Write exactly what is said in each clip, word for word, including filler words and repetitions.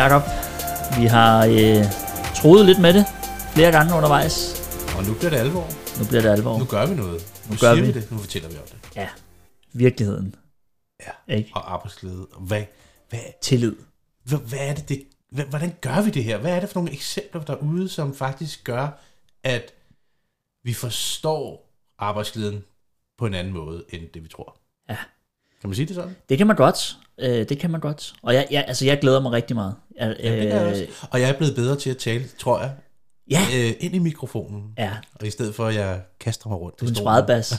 Jakob. Vi har øh, troet lidt med det flere gange undervejs. Og nu bliver det alvor. Nu bliver det alvor. Nu gør vi noget. Nu, nu gør siger vi. vi det. Nu fortæller vi om det. Ja, virkeligheden. Ja, ikke? Og arbejdsglæde. Hvad, hvad, Tillid. Hvad, hvad er det, det hvad, hvordan gør vi det her? Hvad er det for nogle eksempler derude, som faktisk gør, at vi forstår arbejdsglæden på en anden måde, end det vi tror? Ja. Kan man sige det sådan? Det kan man godt. Øh, det kan man godt. Og jeg, jeg, altså, jeg glæder mig rigtig meget. Jeg, ja, det er jeg også. Og jeg er blevet bedre til at tale, tror jeg. Ja. Øh, ind i mikrofonen. Ja. Og i stedet for, at jeg kaster mig rundt. Du er en spredbas.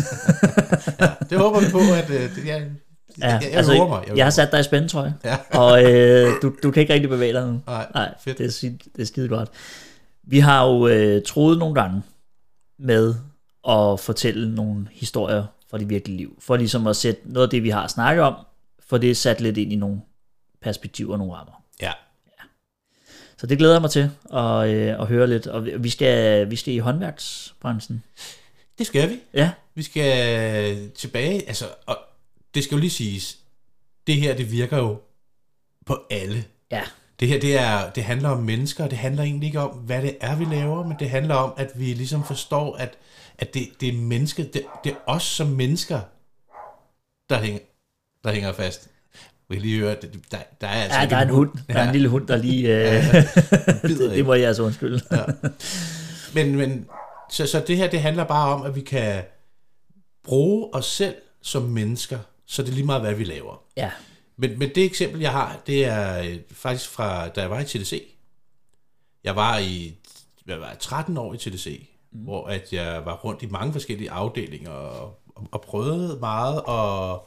Ja, det håber vi på, at øh, det, jeg, ja, jeg, jeg, altså, jeg, mig, jeg, jeg har sat dig i spændetrøje, ja. og øh, du, du kan ikke rigtig bevæge dig nu. Nej, Nej, fedt. Det, er, det er skide godt. Vi har jo øh, troet nogle gange med at fortælle nogle historier fra det virkelige liv, for ligesom at sætte noget af det, vi har snakket om, for det er sat lidt ind i nogle perspektiver og nogle rammer. Ja. ja. Så det glæder jeg mig til at, øh, at høre lidt, og vi skal, vi skal i håndværksbranchen. Det skal vi. Ja. Vi skal tilbage, altså, og det skal jo lige siges, det her, det virker jo på alle. Ja. Det her, det, er, det handler om mennesker, og det handler egentlig ikke om, hvad det er, vi laver, men det handler om, at vi ligesom forstår, at, at det, det er mennesket, det, det er os som mennesker, der hænger, der hænger fast. Vi kan lige høre, der, der er altså ja, der er en hund. Der er en lille hund, der lige... Øh, ja, det, det må jeg altså undskylde. Ja. Men, men så, så det her, det handler bare om, at vi kan bruge os selv som mennesker, så det er lige meget, hvad vi laver. Ja. Men, men det eksempel, jeg har, det er faktisk fra, da jeg var i T D C. Jeg var i jeg var tretten år i T D C, mm. hvor at jeg var rundt i mange forskellige afdelinger og, og, og prøvede meget og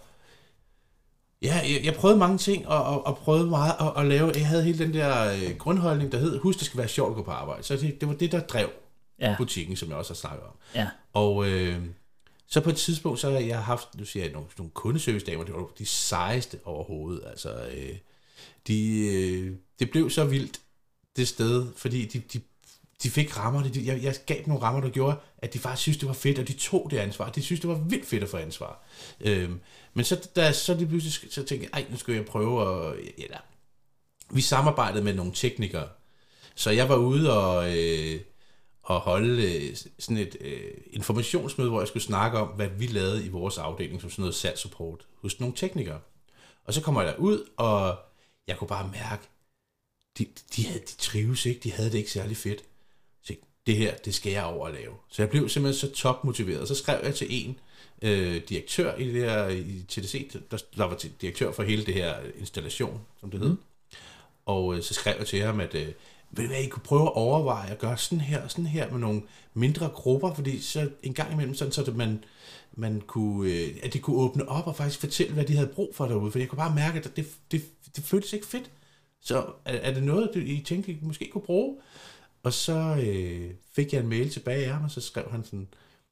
ja, jeg, jeg prøvede mange ting og, og, og prøvede meget at, at lave. Jeg havde hele den der øh, grundholdning, der hed, husk, det skal være sjovt at gå på arbejde. Så det, det var det, der drev ja. butikken, som jeg også har snakket om. Ja. Og øh, så på et tidspunkt, så har jeg haft, nu siger jeg, nogle, nogle kundeservice-damer, det var de sejeste overhovedet. Altså, øh, de, øh, det blev så vildt, det sted, fordi de, de, de fik rammer. De, jeg, jeg gav dem nogle rammer, der gjorde, at de faktisk synes det var fedt, og de tog det ansvar. De synes det var vildt fedt at få ansvar. Øh, men så, da, så lige pludselig, så tænkte jeg, ej, nu skal jeg prøve at... Ja, der. Vi samarbejdede med nogle teknikere, så jeg var ude og... Øh, og holde øh, sådan et øh, informationsmøde, hvor jeg skulle snakke om, hvad vi lavede i vores afdeling, som sådan noget salgssupport hos nogle teknikere. Og så kommer jeg derud, og jeg kunne bare mærke, de, de, havde, de trives ikke, de havde det ikke særlig fedt. Så det her, det skal jeg over at lave. Så jeg blev simpelthen så topmotiveret. Så skrev jeg til en øh, direktør i det her i T D C, der, der var direktør for hele det her installation, som det hed. Mm. Og øh, så skrev jeg til ham, at øh, ved du hvad, I kunne prøve at overveje at gøre sådan her og sådan her med nogle mindre grupper, fordi så en gang imellem, sådan, så at man, man kunne, øh, at de kunne åbne op og faktisk fortælle, hvad de havde brug for derude, for jeg kunne bare mærke, at det, det, det føltes ikke fedt. Så er, er det noget, I tænkte, I måske kunne bruge? Og så øh, fik jeg en mail tilbage af ham, og så skrev han sådan,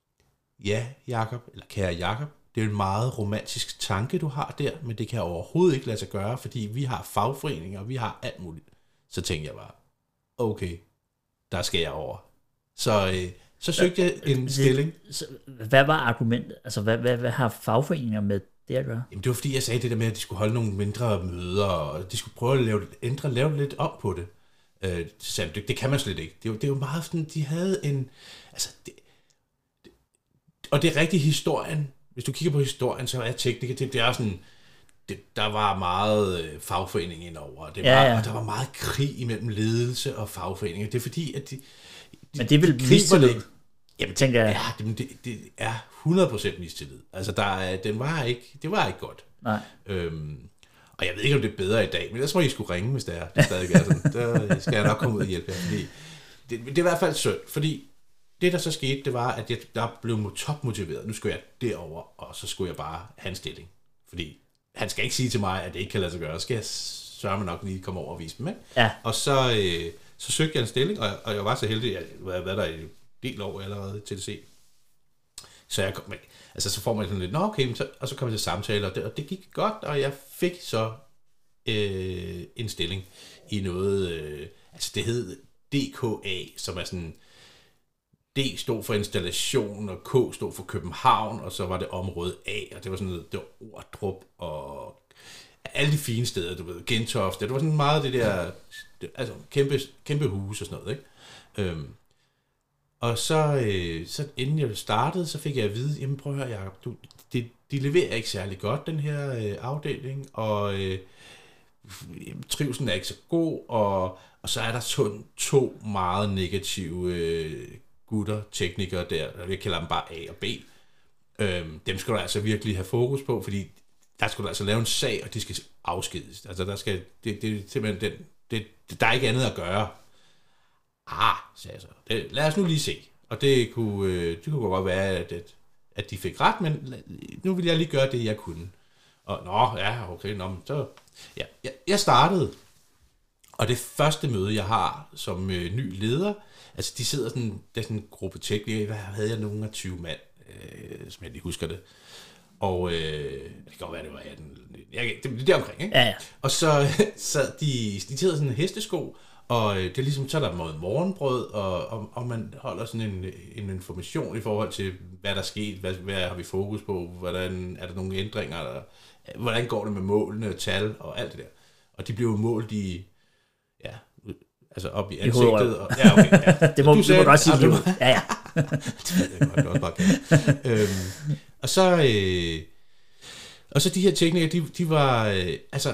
ja, Jakob, eller kære Jakob, det er en meget romantisk tanke, du har der, men det kan overhovedet ikke lade sig gøre, fordi vi har fagforeninger, og vi har alt muligt. Så tænkte jeg bare, okay, der skal jeg over. Så, øh, så søgte jeg en stilling. Hvad var argumentet? Altså, hvad, hvad, hvad har fagforeninger med det at gøre? Jamen, det var fordi, jeg sagde det der med, at de skulle holde nogle mindre møder, og de skulle prøve at lave, ændre, lave lidt op på det. Øh, så det, det kan man slet ikke. Det, det er jo meget sådan, de havde en... Altså, det, det, og det er rigtig historien. Hvis du kigger på historien, så er tekniker, det, det er sådan... Det, der var meget øh, fagforening indover. Det var, ja, ja. Og der var meget krig imellem ledelse og fagforeninger. Det er fordi, at de... de Men det er vel mistillid? Jamen, tænker jeg. Ja, det, det, det er hundrede procent mistillid. Altså, der, den var ikke, det var ikke godt. Nej. Øhm, og jeg ved ikke, om det er bedre i dag, men ellers må I skulle ringe, hvis det er. Det stadig er sådan. Der skal jeg nok komme ud og hjælpe jer. Fordi det, det er i hvert fald synd, fordi det, der så skete, det var, at jeg der blev topmotiveret. Nu skulle jeg derover, og så skulle jeg bare have en stilling. Fordi han skal ikke sige til mig, at det ikke kan lade sig gøre. Så skal jeg sørge mig nok lige komme over og vise dem. Ikke? Ja. Og så, øh, så søgte jeg en stilling, og, og jeg var så heldig, at jeg havde været der i en del år allerede til T D C. Så jeg kom med, altså så får man sådan lidt, nå okay, så, og så kom jeg til samtale, og det, og det gik godt, og jeg fik så øh, en stilling i noget, øh, altså det hed D K A, som er sådan, D stod for installation, og K stod for København, og så var det område A, og det var sådan noget, det var Ordrup, og alle de fine steder, du ved, Gentofte, det var sådan meget det der, det, altså kæmpe, kæmpe huse og sådan noget, ikke? Øhm, og så, øh, så inden jeg startede, så fik jeg at vide, jamen prøv at høre, Jacob, du, de, de leverer ikke særlig godt, den her øh, afdeling, og øh, trivselen er ikke så god, og, og så er der to, to meget negative øh, gutter, teknikere der, jeg kalder dem bare A og B. Øhm, dem skal du altså virkelig have fokus på, fordi der skal du altså lave en sag, og de skal afskedes. Altså der skal, det, det er simpelthen den, det, der er ikke andet at gøre. Ah, sagde jeg så. Det, lad os nu lige se. Og det kunne, øh, det kunne godt være, at, at, at de fik ret, men nu vil jeg lige gøre det, jeg kunne. Og nå, ja, okay, nå, så... Ja, jeg, jeg startede, og det første møde, jeg har som øh, ny leder, altså de sidder sådan, der er sådan en gruppe teknikere, hvad havde jeg, nogen af tyve mand, øh, som jeg lige husker det. Og øh, det kan godt være, det var atten, jeg, det, det der omkring, ikke? Ja, ja. Og så sad de, de sidder sådan en hestesko, og det er ligesom, så er der morgenbrød, og, og, og man holder sådan en, en information i forhold til, hvad der er sket, hvad, hvad har vi fokus på, hvordan er der nogle ændringer, der, hvordan går det med målene, tal og alt det der. Og de bliver jo målt i, ja, altså op i ansigtet. Og, ja, okay, ja. det må du, sagde, du må godt sige. Ah, var, ja, ja. det ved jeg godt, det også bare kan. øhm, og så, øh, og så de her teknikere, de, de var, øh, altså,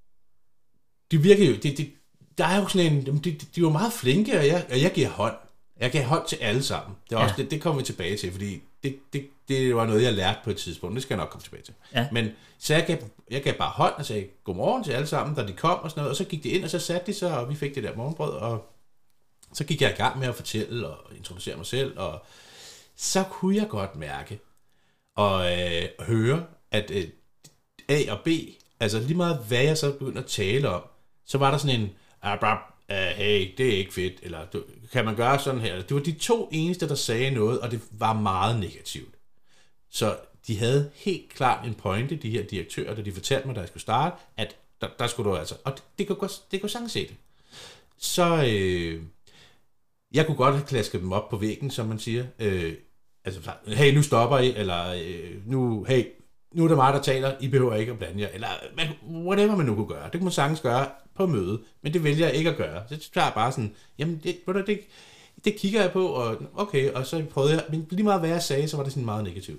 de virker jo, de, de, der er jo sådan en, de, de, de var meget flinke, og jeg, og jeg giver hånd. Jeg gav hånd til alle sammen. Det, er også, ja. det, det kommer vi tilbage til, fordi det, det, det var noget, jeg lærte på et tidspunkt. Det skal jeg nok komme tilbage til. Ja. Men så jeg gav, jeg gav bare hånd og sagde godmorgen til alle sammen, da de kom og sådan noget. Og så gik de ind, og så satte de sig, og vi fik det der morgenbrød. Og så gik jeg i gang med at fortælle og introducere mig selv. Og så kunne jeg godt mærke og øh, høre, at øh, A og B, altså lige meget hvad jeg så begyndte at tale om, så var der sådan en, Uh, hey, det er ikke fedt, eller kan man gøre sådan her? Det var de to eneste, der sagde noget, og det var meget negativt. Så de havde helt klart en pointe, de her direktører, da de fortalte mig, da jeg skulle starte, at der, der skulle du altså, og det, det kunne godt, det kunne sagtens se det. Så øh, jeg kunne godt have klasket dem op på væggen, som man siger. Øh, altså, hey, nu stopper I, eller øh, nu, hey, nu er det mig, der taler, I behøver ikke at blande jer, eller whatever man nu kunne gøre. Det kunne man sagtens gøre på møde, men det vælger jeg ikke at gøre. Så tager jeg bare sådan, jamen det, det, det kigger jeg på, og okay, og så prøvede jeg, men lige meget hvad jeg sagde, så var det sådan meget negativt.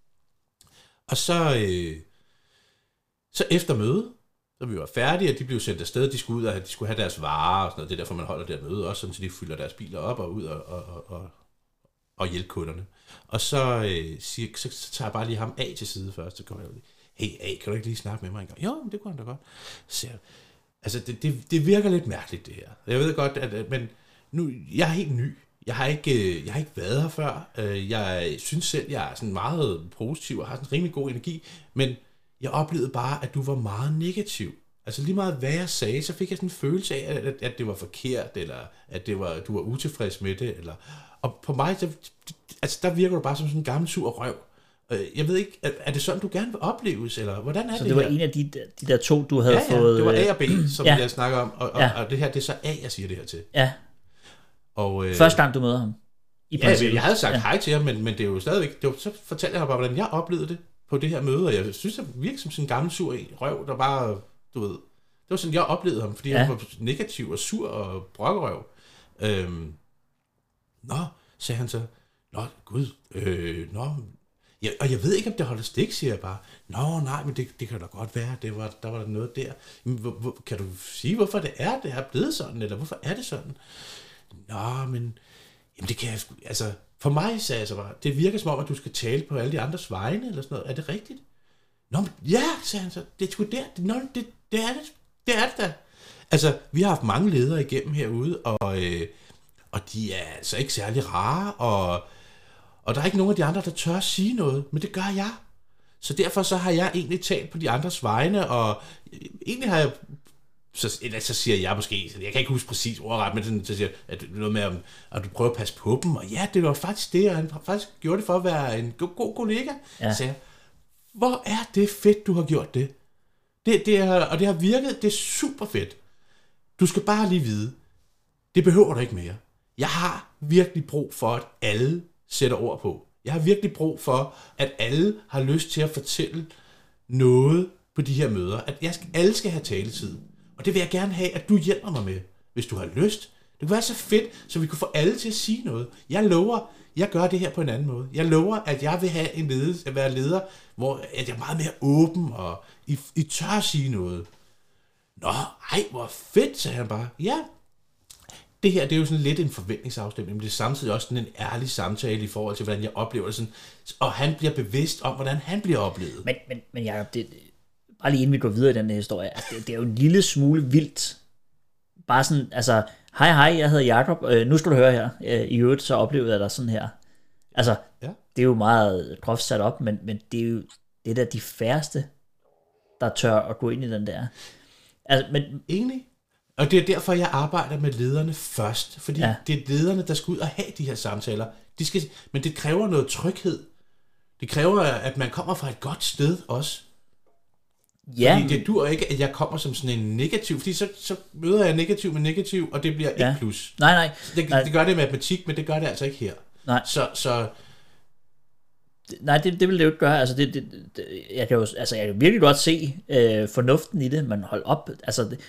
Og så, øh, så efter møde, så vi var færdige, og de blev sendt afsted, de skulle ud og de skulle have deres varer og sådan noget, det er derfor man holder der møde også, sådan, så de fylder deres biler op og ud og, og, og, og, og hjælpe kunderne. Og så, øh, siger, så, så tager jeg bare lige ham af til side først, så kommer jeg lige, hey A, kan du ikke lige snakke med mig en gang? Jo, det kunne han da godt. Så siger jeg, altså, det, det, det virker lidt mærkeligt, det her. Jeg ved godt, at, at men nu, jeg er helt ny. Jeg har ikke, jeg har ikke været her før. Jeg synes selv, jeg er sådan meget positiv og har sådan en rimelig god energi, men jeg oplevede bare, at du var meget negativ. Altså lige meget hvad jeg sagde, så fik jeg sådan en følelse af, at, at det var forkert, eller at det var, du var utilfreds med det. Eller, og på mig, så, altså, der virker du bare som sådan en gammel sur røv. Jeg ved ikke, er det sådan, du gerne vil opleves, eller hvordan er så det det var her? en af de, de der to, du havde ja, ja, fået... det var A og B, som ja. jeg snakker om, og, og, ja. og det her, det er så A, jeg siger det her til. Ja. Og, øh, første gang, du møder ham? I ja, jeg havde sagt ja. hej til ham, men, men det er jo stadigvæk... Det var, så fortalte jeg ham bare, hvordan jeg oplevede det på det her møde, og jeg synes, det virkede som sådan en gammel sur røv, der bare, du ved... Det var sådan, jeg oplevede ham, fordi ja. han var negativ og sur og brokkerøv. Øhm, nå, sagde han så, nå, gud, øh, nå... Ja, og jeg ved ikke, om det holder stik, siger jeg bare. Nå, nej, men det, det kan da godt være, det var, der var der noget der. Men, hvor, hvor, kan du sige, hvorfor det er, det er blevet sådan, eller hvorfor er det sådan? Nå, men... Jamen, det kan jeg sgu... Altså, for mig, sagde jeg så bare, det virker som om, at du skal tale på alle de andres vegne, eller sådan noget. Er det rigtigt? Nå, men ja, sagde han så. Det er sgu der. Det, nå, det, det er det. Det er det da. Altså, vi har haft mange ledere igennem herude, og, øh, og de er altså ikke særlig rare, og... Og der er ikke nogen af de andre, der tør at sige noget, men det gør jeg. Så derfor så har jeg egentlig talt på de andres vegne, og egentlig har jeg, så, eller så siger jeg måske, jeg kan ikke huske præcis ordret, men så siger jeg, at noget med, at du prøver at passe på dem, og ja, det var faktisk det, og han faktisk gjorde det for at være en god, god kollega. Ja. Så jeg, hvor er det fedt, du har gjort det? Det, det er, og det har virket, det er super fedt. Du skal bare lige vide, det behøver du ikke mere. Jeg har virkelig brug for, at alle sætter ord på. Jeg har virkelig brug for, at alle har lyst til at fortælle noget på de her møder, at jeg skal, alle skal have taletid. Og det vil jeg gerne have, at du hjælper mig med, hvis du har lyst. Det kunne være så fedt, så vi kunne få alle til at sige noget. Jeg lover, jeg gør det her på en anden måde. Jeg lover, at jeg vil have en ledelse, at være leder, hvor at jeg er meget mere åben, og I, I tør at sige noget. Nå, ej, hvor fedt, sagde han bare. Ja, det her, det er jo sådan lidt en forventningsafstemning, men det er samtidig også sådan en ærlig samtale i forhold til, hvordan jeg oplever det sådan. Og han bliver bevidst om, hvordan han bliver oplevet. Men, men, men Jacob, det, bare lige inden vi går videre i den her historie, altså det, det er jo en lille smule vildt. Bare sådan, altså, hej hej, jeg hedder Jacob, øh, nu skal du høre her. Øh, I øvrigt, så oplevede jeg dig sådan her. Altså, ja. Det er jo meget groft sat op, men, men det er jo det er da de færreste, der tør at gå ind i den der. Altså, men... Egentlig. Og det er derfor, jeg arbejder med lederne først. Fordi ja. Det er lederne, der skal ud og have de her samtaler. De skal, men det kræver noget tryghed. Det kræver, at man kommer fra et godt sted også. Ja. Fordi det dur ikke, at jeg kommer som sådan en negativ. Fordi så, så møder jeg negativ med negativ, og det bliver ja. Ikke plus. Nej, nej. Det, nej. det gør det i matematik, men det gør det altså ikke her. Nej. Så... så Nej, det, det vil det jo ikke gøre. Altså, det, det, det, jeg, kan jo, altså, jeg kan virkelig godt se øh, fornuften i det, men hold op. Altså, det,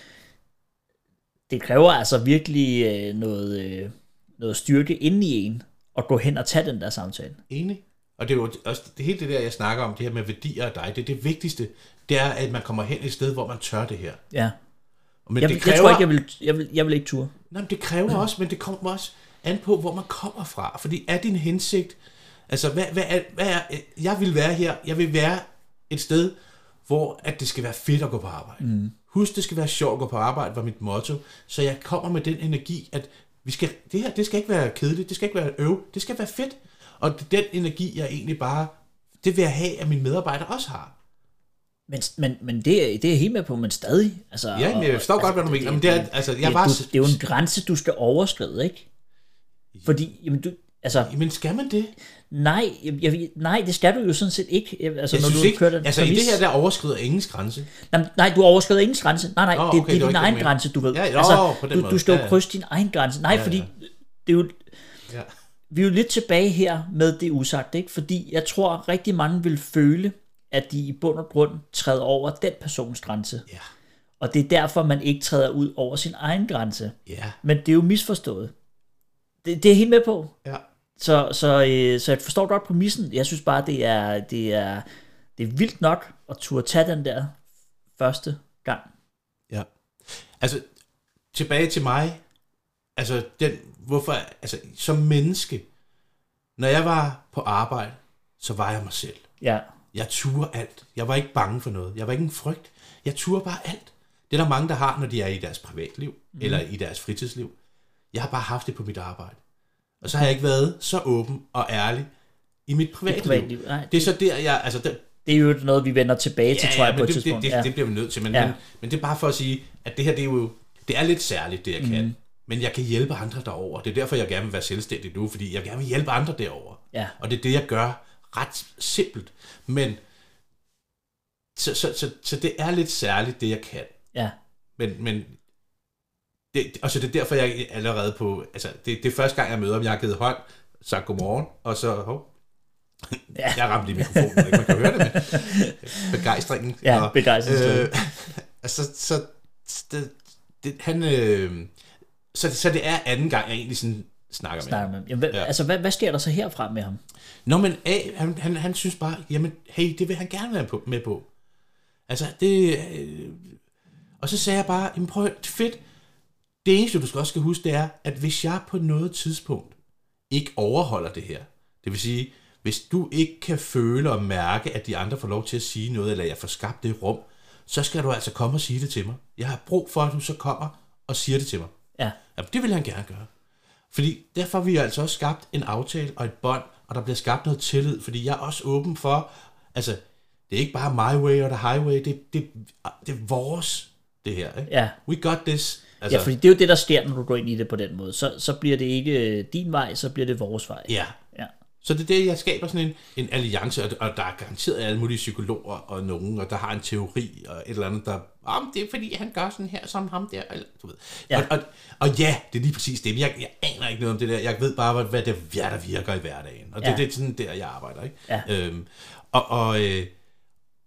det kræver altså virkelig øh, noget, øh, noget styrke inde i en, at gå hen og tage den der samtale. Enig. Og det er jo også det hele det der, jeg snakker om, det her med værdier og dig, det er det vigtigste, det er, at man kommer hen et sted, hvor man tør det her. Ja. Men jeg, det kræver, jeg tror ikke, jeg vil, jeg vil, jeg vil ikke turde. Nej, men det kræver ja. Også, men det kommer også an på, hvor man kommer fra. Fordi er din hensigt, altså, hvad, hvad, er, hvad er, jeg vil være her, jeg vil være et sted, hvor at det skal være fedt at gå på arbejde. Mm. Husk, det skal være sjovt at gå på arbejde, var mit motto. Så jeg kommer med den energi, at vi skal, det her, det skal ikke være kedeligt, det skal ikke være øv, det skal være fedt. Og den energi, jeg egentlig bare, det vil jeg have, at mine medarbejdere også har. Men, men, men det, det er jeg helt med på, men stadig. Altså, ja, men jeg forstår altså, godt, hvad du mener. Men det, er, altså, jeg det, bare, du, det er jo en grænse, du skal overskride, ikke? Fordi, jamen du, altså... Men skal man det? Nej, jeg, jeg, nej, det skal du jo sådan set ikke. Altså, jeg når synes du ikke, kører den altså i det her, der overskrider ingens grænse. Nej, nej, du overskrider ingens grænse. Nej, nej, oh, okay, det, det er din egen grænse, du ved. Ja, jo, altså, på den du, du skal jo ja, ja. krydse din egen grænse. Nej, ja, fordi ja. det er jo... Ja. Vi er jo lidt tilbage her med det usagt, ikke? Fordi jeg tror, rigtig mange vil føle, at de i bund og grund træder over den persons grænse. Ja. Og det er derfor, man ikke træder ud over sin egen grænse. Ja. Men det er jo misforstået. Det, det er helt med på. Ja. Så, så, øh, så jeg forstår godt præmissen. Jeg synes bare, det er, det er, det er vildt nok at turde tage den der første gang. Ja. Altså, tilbage til mig. Altså, den, hvorfor, altså, som menneske, når jeg var på arbejde, så var jeg mig selv. Ja. Jeg turde alt. Jeg var ikke bange for noget. Jeg var ikke en frygt. Jeg turde bare alt. Det er der mange, der har, når de er i deres privatliv, mm. eller i deres fritidsliv. Jeg har bare haft det på mit arbejde. Og så har jeg ikke været så åben og ærlig i mit privatliv. privatliv. Nej, det, det er så der, jeg... Altså, der, det er jo noget, vi vender tilbage ja, til, tror jeg, ja, på et det, tidspunkt. Det, det, ja. det bliver vi nødt til, men, ja. men, men det er bare for at sige, at det her, det er jo... Det er lidt særligt, det jeg kan. Mm. Men jeg kan hjælpe andre derover. Det er derfor, jeg gerne vil være selvstændig nu, fordi jeg gerne vil hjælpe andre derover. Ja. Og det er det, jeg gør ret simpelt. Men... Så, så, så, så det er lidt særligt, det jeg kan. Ja. Men... men det, og så det er derfor, jeg allerede på... Altså, det, det er første gang, jeg møder dem. Jeg har givet hånd, sagt godmorgen, og så... Hov, ja. Jeg ramte lige mikrofonen, ikke? Man kan høre det med begejstringen. Ja, begejstringen. Øh, altså, så... Det, det, han... Øh, så, så det er anden gang, jeg egentlig sådan snakker, snakker med ham. Med ham. Jamen, ja. Altså, hvad, hvad sker der så herfra med ham? Nå, men A, han, han, han synes bare, jamen, hey, det vil han gerne være på, med på. Altså, det... Øh, og så sagde jeg bare, jamen prøv, fedt. Det eneste, du skal også skal huske, det er, at hvis jeg på noget tidspunkt ikke overholder det her, det vil sige, hvis du ikke kan føle og mærke, at de andre får lov til at sige noget, eller jeg får skabt det rum, så skal du altså komme og sige det til mig. Jeg har brug for, at du så kommer og siger det til mig. Ja. Jamen, det vil han gerne gøre. Fordi derfor har vi altså også skabt en aftale og et bånd, og der bliver skabt noget tillid, fordi jeg er også åben for, altså, det er ikke bare my way or the highway, det, det, det er vores, det her. Ikke? Ja. We got this. Altså, ja, fordi det er jo det, der sker, når du går ind i det på den måde. Så, så bliver det ikke din vej, så bliver det vores vej. Ja. Ja. Så det er det, jeg skaber sådan en, en alliance, og, og der er garanteret alle mulige psykologer og nogen, og der har en teori og et eller andet, der, om det er fordi, han gør sådan her som ham der, eller, du ved. Ja. Og, og, og ja, det er lige præcis det, men jeg, jeg aner ikke noget om det der, jeg ved bare, hvad det er, der virker i hverdagen, og det, ja. det er sådan der, jeg arbejder, ikke? Ja. Øhm, og, og, øh,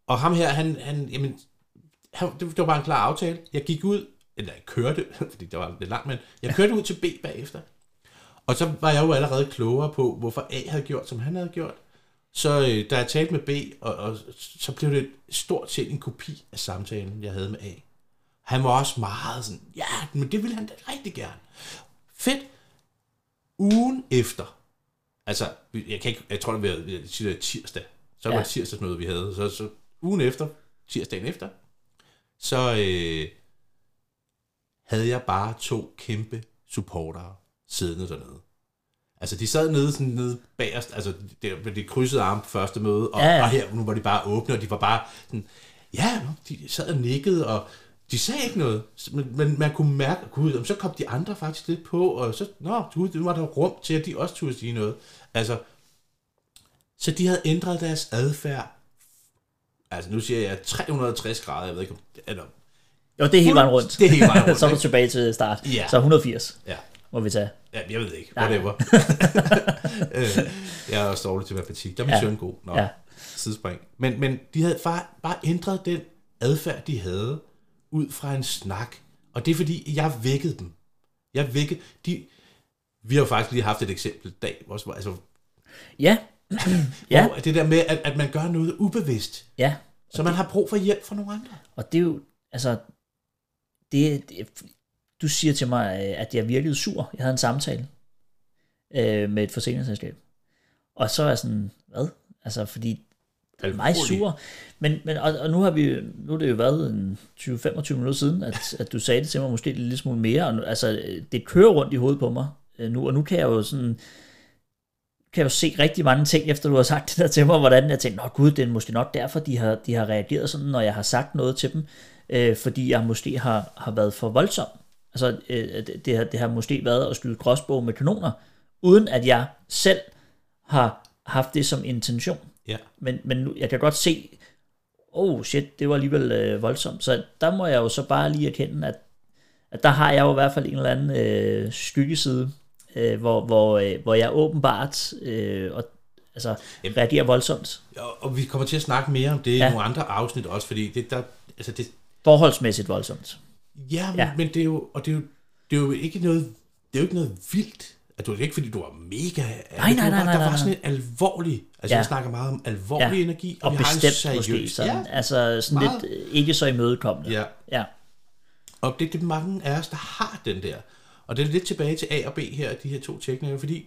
Og ham her, han, han, jamen, han, det var bare en klar aftale. Jeg gik ud, eller jeg kørte, fordi det var lidt langt, men jeg kørte ud til B bagefter. Og så var jeg jo allerede klogere på, hvorfor A havde gjort, som han havde gjort. Så øh, da jeg talte med B, og, og så blev det stort set en kopi af samtalen, jeg havde med A. Han var også meget sådan, ja, men det ville han da rigtig gerne. Fedt. Ugen efter, altså, jeg kan ikke, jeg tror, det var det tirsdag, så var det ja. tirsdagsmøde, vi havde, så, så ugen efter, tirsdagen efter, så øh, havde jeg bare to kæmpe supportere siddende dernede. Altså, de sad nede, sådan nede bagerst, altså, det, de krydsede arm på første møde, og, ja, ja. og her, nu var de bare åbne, og de var bare sådan, ja, de sad og nikkede, og de sagde ikke noget, men, men man kunne mærke, gud, så kom de andre faktisk lidt på, og så, nå, gud, nu var der rum til, at de også turde sige noget. Altså, så de havde ændret deres adfærd, altså nu siger jeg tre hundrede og tres grader, jeg ved ikke om, eller... Jo, det er helt vejen rundt. Det er helt vejen rundt. Så er du tilbage til start. Ja. Så et hundrede og firs ja. må vi tage. Ja, jeg ved ikke, whatever. Jeg er også dårlig til matematik, der er min ja. søn god. Nå, ja. Sidespring. Men, men de havde bare, bare ændret den adfærd, de havde, ud fra en snak. Og det er fordi, jeg vækkede dem. Jeg vækkede... De, vi har jo faktisk lige haft et eksempel i dag, hvor, altså, ja. ja. Hvor det der med, at, at man gør noget ubevidst. Ja. Så man har brug for hjælp fra nogle andre. Og det er jo, altså, det, det du siger til mig, at jeg virkede sur. Jeg havde en samtale øh, med et forsikringsselskab. Og så er jeg sådan, hvad? Altså, fordi det er mig sur. Men, men og, og nu har vi, nu er det jo været en tyve til femogtyve minutter siden, at, at du sagde det til mig måske lidt lille smule mere. Og nu, altså, det kører rundt i hovedet på mig øh, nu, og nu kan jeg jo sådan, kan jeg jo se rigtig mange ting, efter du har sagt det der til mig, hvordan jeg tænkte, nå gud, det er måske nok derfor, de har, de har reageret sådan, når jeg har sagt noget til dem, øh, fordi jeg måske har, har været for voldsom. Altså, øh, det, det, har, det har måske været at skyde crossbow med kanoner, uden at jeg selv har haft det som intention. Ja. Men, men nu, jeg kan godt se, oh shit, det var alligevel øh, voldsomt. Så der må jeg jo så bare lige erkende, at, at der har jeg jo i hvert fald en eller anden øh, skyggeside, øh, hvor, hvor, øh, hvor jeg åbenbart øh, og, altså, reagerer voldsomt. Ja, og vi kommer til at snakke mere om det i ja. nogle andre afsnit også, fordi det der... Altså det, forholdsmæssigt voldsomt. Ja, men, ja. men det er jo... Og det er jo, det er jo ikke noget... Det er jo ikke noget vildt. At du er ikke, fordi du er mega... Nej, nej, nej, nej. Der var sådan en alvorlig... Altså, ja. jeg snakker meget om alvorlig ja. energi, og, og vi bestemt har en seriøs... Måske, sådan, ja, altså sådan meget. Lidt ikke så imødekommende. Ja. ja. Og det er det mange af os, der har den der. Og det er lidt tilbage til A og B her, de her to teknikere, fordi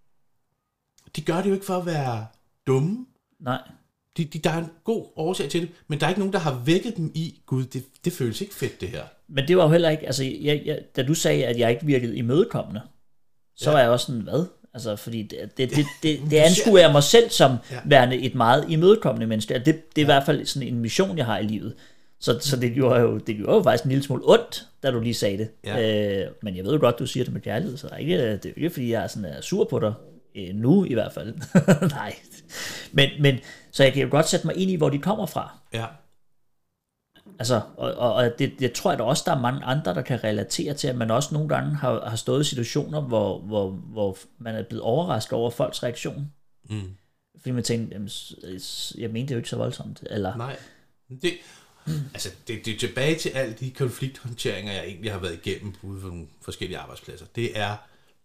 de gør det jo ikke for at være dumme. Nej. De, de, der er en god årsag til det, men der er ikke nogen, der har vækket dem i, gud, det, det føles ikke fedt, det her. Men det var jo heller ikke, altså, jeg, jeg, da du sagde, at jeg ikke virkede imødekommende, så ja. var jeg også sådan, hvad? Altså, fordi det, det, det, det, det anskuer jeg mig selv som ja. værende et meget imødekommende menneske. Det, det er ja. i hvert fald sådan en mission, jeg har i livet. Så, så det gjorde jo, det gjorde jo faktisk en lille smule ondt, da du lige sagde det. Ja. Øh, men jeg ved jo godt, du siger det med kærlighed, så det er ikke, det er ikke fordi jeg er sådan er sur på dig. Øh, nu i hvert fald. Nej. Men, men, så jeg kan jo godt sætte mig ind i, hvor de kommer fra. Ja. Altså, og, og, og det, jeg tror, at der også der er mange andre, der kan relatere til, at man også nogle gange har, har stået i situationer, hvor, hvor, hvor man er blevet overrasket over folks reaktion. Mm. Fordi man tænkte, jamen, jeg mente det jo ikke så voldsomt. Eller... Nej. Det, altså, det, det er tilbage til alle de konflikthåndteringer, jeg egentlig har været igennem ude på nogle forskellige arbejdspladser. Det er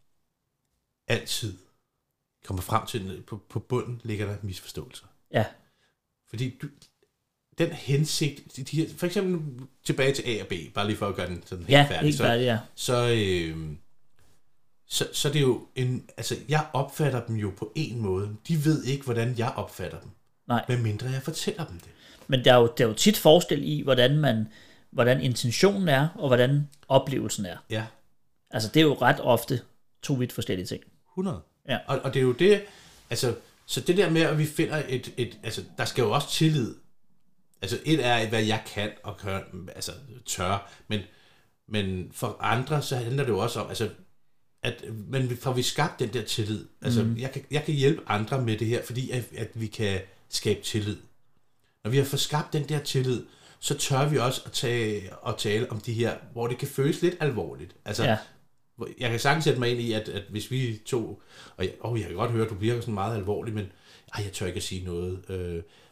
altid kommer frem til, på, på bunden ligger der misforståelser. Ja. Fordi du, den hensigt, de, de, for eksempel tilbage til A og B, bare lige for at gøre den sådan helt ja, færdig, helt færdig, ja. så, øh, så, så det er jo en, altså jeg opfatter dem jo på en måde. De ved ikke, hvordan jeg opfatter dem. Nej. Medmindre jeg fortæller dem det. Men der er jo, der er jo tit forskel i, hvordan man, hvordan intentionen er, og hvordan oplevelsen er. Ja. Altså det er jo ret ofte to vidt forskellige ting. hundrede. Ja. Og, og det er jo det, altså, så det der med, at vi finder et, et altså, der skal jo også tillid. Altså, et er, hvad jeg kan og kan, altså, tør, men, men for andre, så handler det jo også om, altså, at, men får vi skabt den der tillid. Altså, mm. jeg, kan, jeg kan hjælpe andre med det her, fordi at, at vi kan skabe tillid. Når vi har fået skabt den der tillid, så tør vi også at, tage, at tale om de her, hvor det kan føles lidt alvorligt. Altså, ja. Jeg kan sagtens sætte mig ind i, at, at hvis vi to, og jeg, oh, jeg kan godt høre, at du virker sådan meget alvorlig, men ej, jeg tør ikke at sige noget. Øh,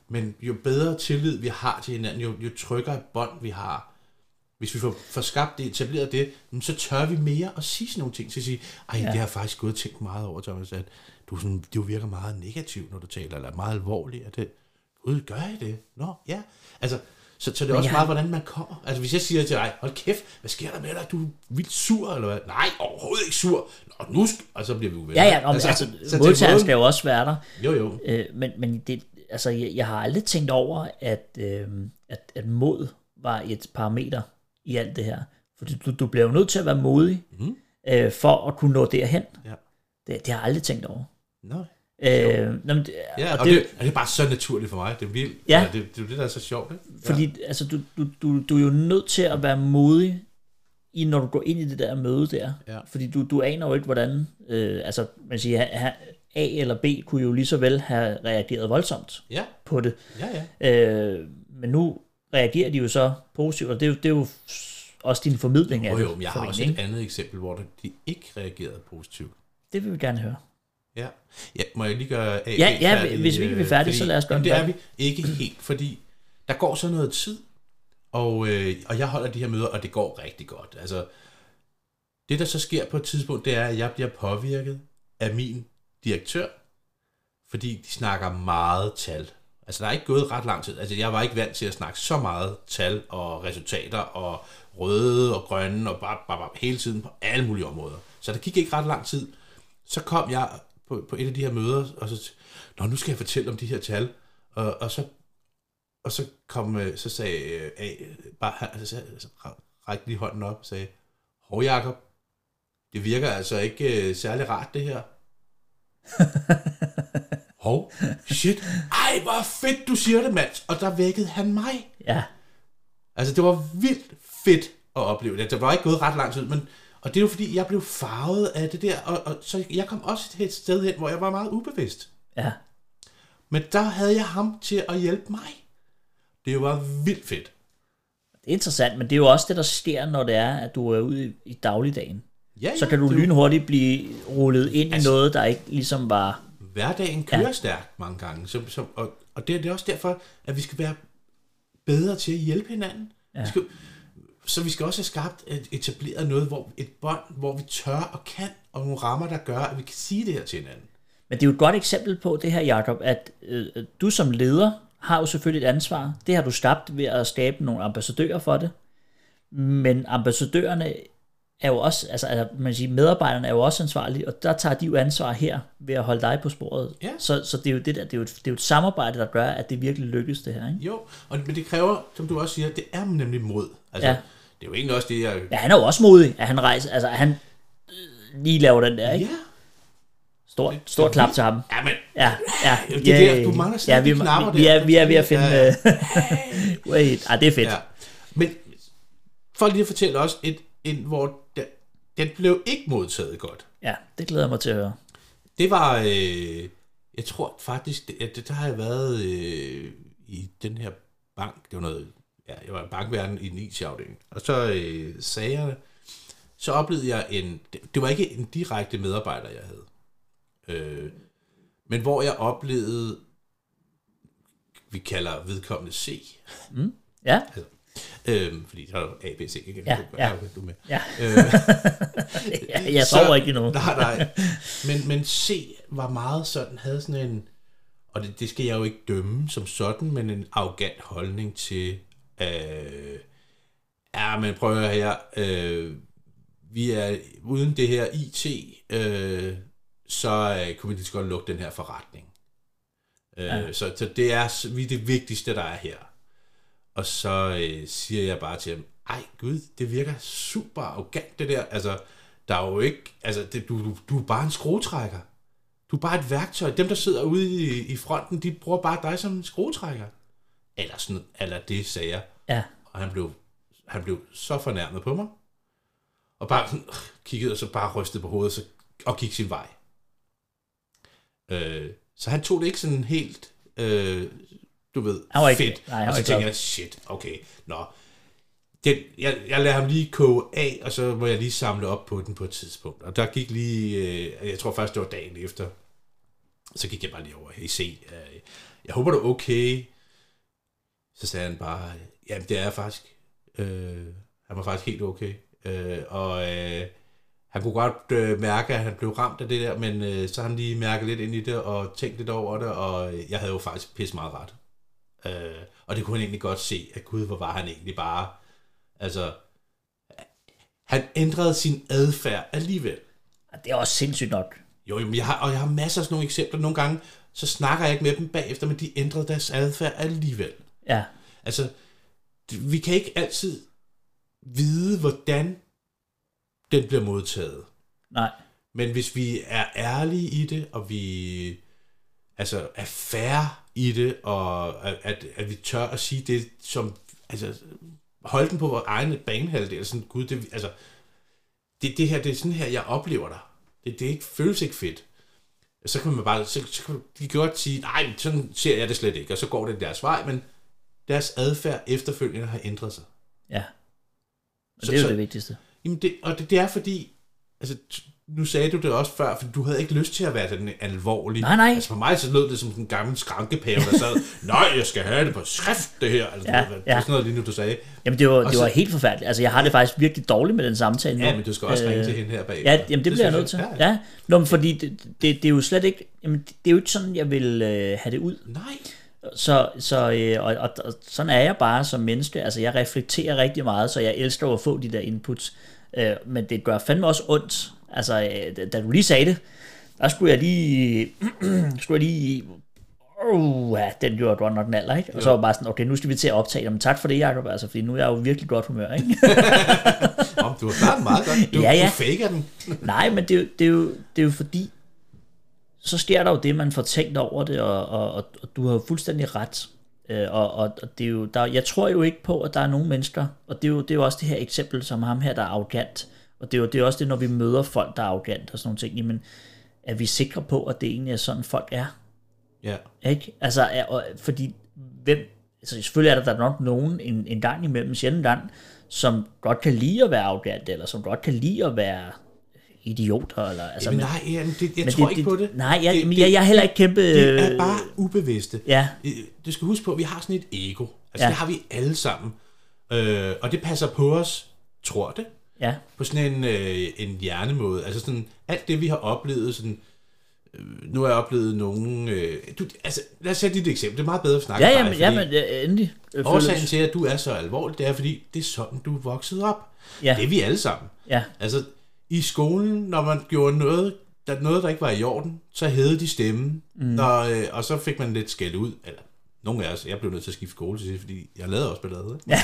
Men jo bedre tillid vi har til hinanden, jo, jo tryggere bånd vi har, hvis vi får, får skabt det, etableret det, så tør vi mere at sige sådan nogle ting. Så at sige, ej, ja. det har jeg faktisk gået og tænkt meget over, Thomas, at du, sådan, du virker meget negativ, når du taler, eller meget alvorlig. Er det, Gud, gør jeg det? Nå, ja. Altså, så, så det er også ja. meget, hvordan man kommer. Altså, hvis jeg siger til dig, hold kæft, hvad sker der med dig? Du er vildt sur, eller hvad? Nej, overhovedet ikke sur. Nå, nu skal... Og så bliver vi uvenner. Ja, ja, om, altså, altså modtageren skal jo også være der. Jo, jo. Øh, men men det, altså, jeg, jeg har aldrig tænkt over, at, øh, at, at mod var et parameter i alt det her. For du, du bliver jo nødt til at være modig, mm. øh, for at kunne nå derhen. Ja. Det, det har jeg aldrig tænkt over. Nej. Øh, nå, det, ja, og, og, det, det, og det er bare så naturligt for mig. Det er vildt. Ja. Ja, det, det er det, der er så sjovt. Ikke? Ja. Fordi altså, du, du, du, du er jo nødt til at være modig, i, når du går ind i det der møde der. Ja. Fordi du, du aner jo ikke, hvordan... Øh, altså, man siger, A eller B kunne jo lige så vel have reageret voldsomt ja. på det. Ja, ja. Øh, men nu reagerer de jo så positivt, og det er jo, det er jo også din formidling af jo, det. Jo, men jeg har også et andet eksempel, hvor de ikke reagerede positivt. Det vil vi gerne høre. Ja, ja må jeg lige gøre A, ja, ja, færdig, hvis vi ikke er færdige, fordi, så lad os gøre jamen, det. er vi ikke helt, fordi der går så noget tid, og, øh, og jeg holder de her møder, og det går rigtig godt. Altså, det der så sker på et tidspunkt, det er, at jeg bliver påvirket af min direktør, fordi de snakker meget tal. Altså, der er ikke gået ret lang tid. Altså, jeg var ikke vant til at snakke så meget tal og resultater og røde og grønne og bare, bare, bare hele tiden på alle mulige områder. Så der gik ikke ret lang tid. Så kom jeg på, på et af de her møder, og så nå, nu skal jeg fortælle om de her tal. Og, og så og så kom, så sagde A, bare, altså, rækte lige hånden op og sagde, hov Jacob, det virker altså ikke uh, særlig rart det her. Hov, shit, ej hvor fedt du siger det, Mads. Og der vækkede han mig. Ja. Altså det var vildt fedt at opleve det. Det var ikke gået ret lang tid, men og det er jo fordi, jeg blev farvet af det der, og, og så jeg kom også et sted hen, hvor jeg var meget ubevidst. Ja. Men der havde jeg ham til at hjælpe mig. Det var vildt fedt. Det er interessant, men det er jo også det, der sker, når det er, at du er ude i, i dagligdagen. Ja, ja, så kan du lynhurtigt blive rullet ind altså, i noget, der ikke ligesom var... Hverdagen kører ja. stærkt mange gange, så, så, og, og det, det er også derfor, at vi skal være bedre til at hjælpe hinanden. Ja. Vi skal, så vi skal også have skabt etableret noget, hvor et bånd, hvor vi tør og kan, og nogle rammer, der gør, at vi kan sige det her til hinanden. Men det er jo et godt eksempel på det her, Jacob, at øh, du som leder har jo selvfølgelig et ansvar. Det har du skabt ved at skabe nogle ambassadører for det. Men ambassadørerne er jo også, altså, altså man siger, medarbejderne er jo også ansvarlige, og der tager de jo ansvar her ved at holde dig på sporet. Ja. Så, så det er jo det der, det er jo, et, det er jo et samarbejde, der gør, at det virkelig lykkes det her, ikke? Jo, og, men det kræver, som du også siger, det er nemlig mod. Altså, ja. Det er jo egentlig også det, jeg... Ja, han er jo også modig, at han rejser, altså at han lige laver den der, ikke? Ja. Stort, stort klap til ham. Ja, men... Ja, ja. Det er der, du mangler sådan ja, vi, knapper vi, der. Vi er, vi er ved at finde... Ja, ja. Wait, ah, det er fedt. Ja. Men for lige at fortælle også, et, en, hvor der, den blev ikke modtaget godt. Ja, det glæder jeg mig til at høre. Det var... Øh, jeg tror faktisk, det, det, der har jeg været øh, i den her bank. Det var noget... Ja, jeg var i bankverden i den I T-afdeling. Og så øh, sagde jeg... Så oplevede jeg en... Det, det var ikke en direkte medarbejder, jeg havde. Øh, men hvor jeg oplevede, vi kalder vedkommende C. Mm, ja. Altså, øh, fordi der er A, B, C. Ikke? Ja, ja. Du med. Ja. Øh, jeg jeg sover ikke endnu. Nej, nej. Men, men C var meget sådan, havde sådan en, og det, det skal jeg jo ikke dømme som sådan, men en arrogant holdning til, øh, ja, men prøv at høre her, øh, vi er uden det her I T, øh, så øh, kunne vi lige så godt lukke den her forretning. Øh, ja. så, så det er vi er det vigtigste, der er her. Og så øh, siger jeg bare til ham, ej gud, det virker super arrogant det der. Altså, der er jo ikke, altså, det, du, du, du er bare en skruetrækker. Du er bare et værktøj. Dem, der sidder ude i, i fronten, de bruger bare dig som en skruetrækker. Eller sådan, eller det sagde jeg. Ja. Og han blev, han blev så fornærmet på mig. Og bare sådan, øh, kiggede og så bare rystede på hovedet så, og gik sin vej. Øh, så han tog det ikke sådan helt, øh, du ved, fedt. Ikke, nej, og så tænkte jeg, shit, okay, nå. Det, jeg, jeg lader ham lige koge af, og så må jeg lige samle op på den på et tidspunkt. Og der gik lige, øh, jeg tror først det var dagen efter, så gik jeg bare lige over i C. Øh, jeg håber du er okay. Så sagde han bare, jamen det er jeg faktisk. Øh, han var faktisk helt okay. Øh, og øh, han kunne godt øh, mærke, at han blev ramt af det der, men øh, så har han lige mærket lidt ind i det, og tænkt lidt over det, og jeg havde jo faktisk pisse meget ret. Øh, og det kunne han egentlig godt se, at gud, hvor var han egentlig bare, altså, han ændrede sin adfærd alligevel. Det er også sindssygt nok. Jo, men jeg har, og jeg har masser af sådan nogle eksempler. Nogle gange, så snakker jeg ikke med dem bagefter, men de ændrede deres adfærd alligevel. Ja. Altså, vi kan ikke altid vide, hvordan den bliver modtaget. Nej. Men hvis vi er ærlige i det, og vi altså er fair i det, og at, at vi tør at sige det, som, altså, holde den på vores egen banehalvdel, sådan, gud, det, altså, det, det her, det er sådan her, jeg oplever dig. Det, det er ikke, føles ikke fedt. Så kan man bare, så, så kan de godt sige, nej, sådan ser jeg det slet ikke, og så går det deres vej, men deres adfærd efterfølgende har ændret sig. Ja. Og så, det er jo så, det vigtigste. Jamen det, og det, det er fordi, altså, nu sagde du det også før, for du havde ikke lyst til at være den alvorlige. Nej, nej. Altså for mig så lød det som den gamle skrankepæve, der sad, nej, jeg skal have det på skrift, det her. Altså, ja, det var ja. sådan noget lige nu, du sagde. Jamen det var, det så, var helt forfærdeligt. Altså jeg har det faktisk virkelig dårligt med den samtale nu. Ja, men du skal også øh, ringe til hende her bagefter. Ja, jamen det, det bliver jeg nødt til. Ja, ja. ja. Nå, men fordi det, det, det er jo slet ikke, jamen det er jo ikke sådan, jeg vil øh, have det ud. Nej. Så, så øh, og, og, og sådan er jeg bare som menneske. Altså jeg reflekterer rigtig meget, så jeg elsker at få de der inputs. Øh, men det gør fandme også ondt. Altså øh, da du lige sagde det, der skulle jeg lige, skulle jeg lige, uh, ja, den gjorde godt nok den alder, ikke? Og så var jeg bare sådan, okay, nu skal vi til at optage dem. Tak for det, Jacob, altså, fordi nu er jeg jo virkelig godt humør, ikke? Om du har klaret meget godt. Du, ja, ja. du faker den. Nej, men det er, jo, det, er jo, det er jo fordi, så sker der jo det, man får tænkt over det, og, og, og, og du har jo fuldstændig ret. Øh, og, og, og det er jo, der, jeg tror jo ikke på, at der er nogen mennesker, og det er jo, det er jo også det her eksempel, som ham her, der er arrogant. Og det er jo det er også det, når vi møder folk, der er arrogant og sådan nogle ting, jamen, er vi sikre på, at det egentlig er sådan, folk er? Ja. Ikke? Altså, er, og, fordi, hvem, altså selvfølgelig er der, der er nok nogen en, en gang imellem, sjældent gang, som godt kan lide at være arrogant, eller som godt kan lide at være idioter, eller, altså, jamen, men, nej, jamen, det, jeg men tror det, ikke det, på det. Nej, jeg, det, men jeg, jeg er heller ikke kæmpe... Det er bare ubevidste. Ja. Du skal huske på, at vi har sådan et ego. Altså, ja. det har vi alle sammen. Øh, og det passer på os, tror det. Ja. På sådan en, øh, en hjernemåde. Altså sådan, alt det vi har oplevet, sådan, øh, nu har jeg oplevet nogen, øh, du, altså lad os sætte dit eksempel, det er meget bedre at snakke ja, om dig, ja, men ja, endelig. Årsagen til, at du er så alvorlig, det er fordi, det er sådan, du er vokset op. Ja. Det er vi alle sammen. Ja. Altså, i skolen, når man gjorde noget, der, noget, der ikke var i orden, så hævede de stemmen, mm. og, øh, og så fik man lidt skæld ud, eller nogle af os, jeg blev nødt til at skifte skole til, fordi jeg lavede også ballade. Ja.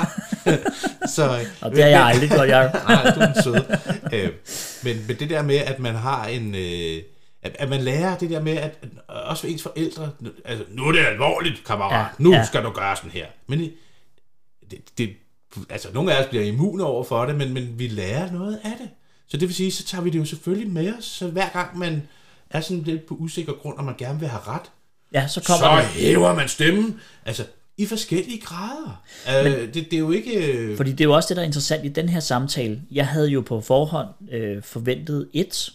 så, og det har jeg aldrig gjort, jeg. Nej, du er en sød. Øh, men, men det der med, at man har en... Øh, at, at man lærer det der med, at, at også for ens forældre, altså, nu er det alvorligt, kammerat, ja, nu ja. skal du gøre sådan her. Men det, det, altså, nogle af os bliver immune over for det, men, men vi lærer noget af det. Så det vil sige, så tager vi det jo selvfølgelig med os, så hver gang man er sådan lidt på usikker grund, og man gerne vil have ret, ja, så, kommer så hæver man stemmen. Altså, i forskellige grader. Men, øh, det, det er jo ikke... Øh... Fordi det er jo også det, der er interessant i den her samtale. Jeg havde jo på forhånd øh, forventet et,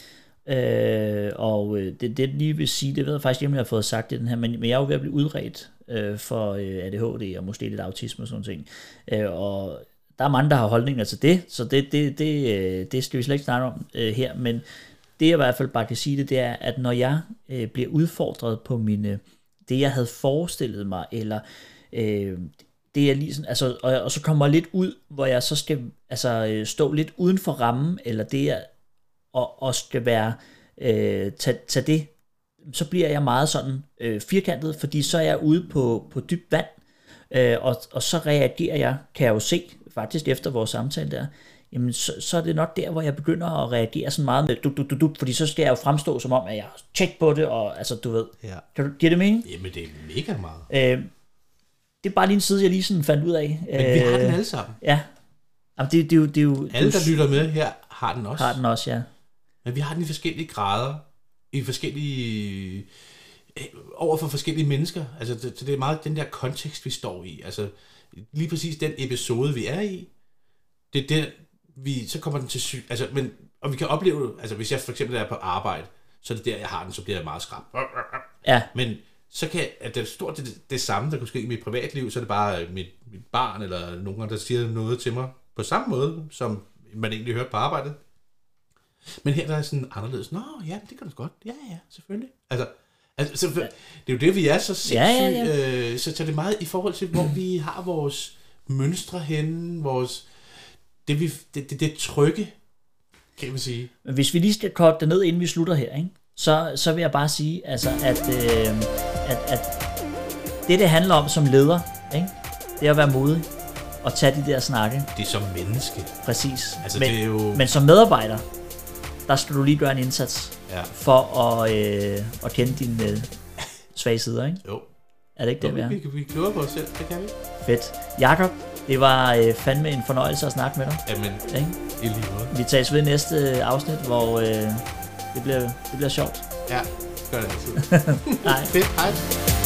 øh, og det, det lige vil sige, det ved jeg faktisk ikke, om jeg har fået sagt i den her, men, men jeg er jo ved at blive udredt øh, for øh, A D H D og måske lidt autisme og sådan ting. Øh, og der er mange, der har holdninger til det, så det, det, det, øh, det skal vi slet ikke snakke om øh, her, men det jeg i hvert fald bare kan sige det, det er, at når jeg øh, bliver udfordret på mine, det jeg havde forestillet mig, eller øh, det jeg lige sådan, altså, og, og så kommer jeg lidt ud, hvor jeg så skal altså, øh, stå lidt uden for rammen, eller det jeg, og, og skal være, øh, tage, tage det, så bliver jeg meget sådan øh, firkantet, fordi så er jeg ude på, på dybt vand, øh, og, og så reagerer jeg, kan jeg jo se, faktisk efter vores samtale der, jamen så, så er det nok der, hvor jeg begynder at reagere sådan meget med du, du, du, du, fordi så skal jeg jo fremstå som om, at jeg har tjekket på det, og altså, du ved, ja. Kan du give det mening? Jamen, det er mega meget. Øh, det er bare lige en side, jeg lige sådan fandt ud af. Men øh, vi har den alle sammen. Ja. Jamen, det, det, det, det, det, alle, der lytter med her, har den også. Har den også, ja. Men vi har den i forskellige grader, i forskellige, over for forskellige mennesker. Altså, det, så det er meget den der kontekst, vi står i. Altså, lige præcis den episode, vi er i, det er den, vi, så kommer den til syg, altså, men, og vi kan opleve, altså hvis jeg for eksempel er på arbejde, så er det der, jeg har den, så bliver jeg meget skræmt. Ja. Men så kan at det er stort det, det samme, der kunne ske i mit privatliv, så er det bare mit, mit barn eller nogen, der siger noget til mig på samme måde, som man egentlig hørte på arbejdet. Men her der er sådan anderledes. Nå, ja, det kan du godt. Ja, ja, selvfølgelig. Altså, altså det er jo det, vi er så sindssygt. Ja, ja, ja. Øh, så tager det meget i forhold til, hvor vi har vores mønstre henne, vores, det, vi, det, det, det trygge, kan man sige. Men hvis vi lige skal korte det ned, inden vi slutter her, ikke? Så, så vil jeg bare sige, altså, at, øh, at, at det, det handler om som leder, ikke? Det er at være modig og tage de der snakke. Det er som menneske. Præcis. Altså, men, det er jo... men som medarbejder, der skal du lige gøre en indsats ja. for at, øh, at kende dine øh, svage sider, ikke? Jo. Er det ikke det, vi er? Vi kan blive klogere på os selv, det kan vi. Fedt. Jakob, det var øh, fandme en fornøjelse at snakke med dig. Jamen, ikke? I lige måde. Vi tages ved i næste afsnit, hvor øh, det, bliver, det bliver sjovt. Ja, gør det altid. Nej. Fedt, hej.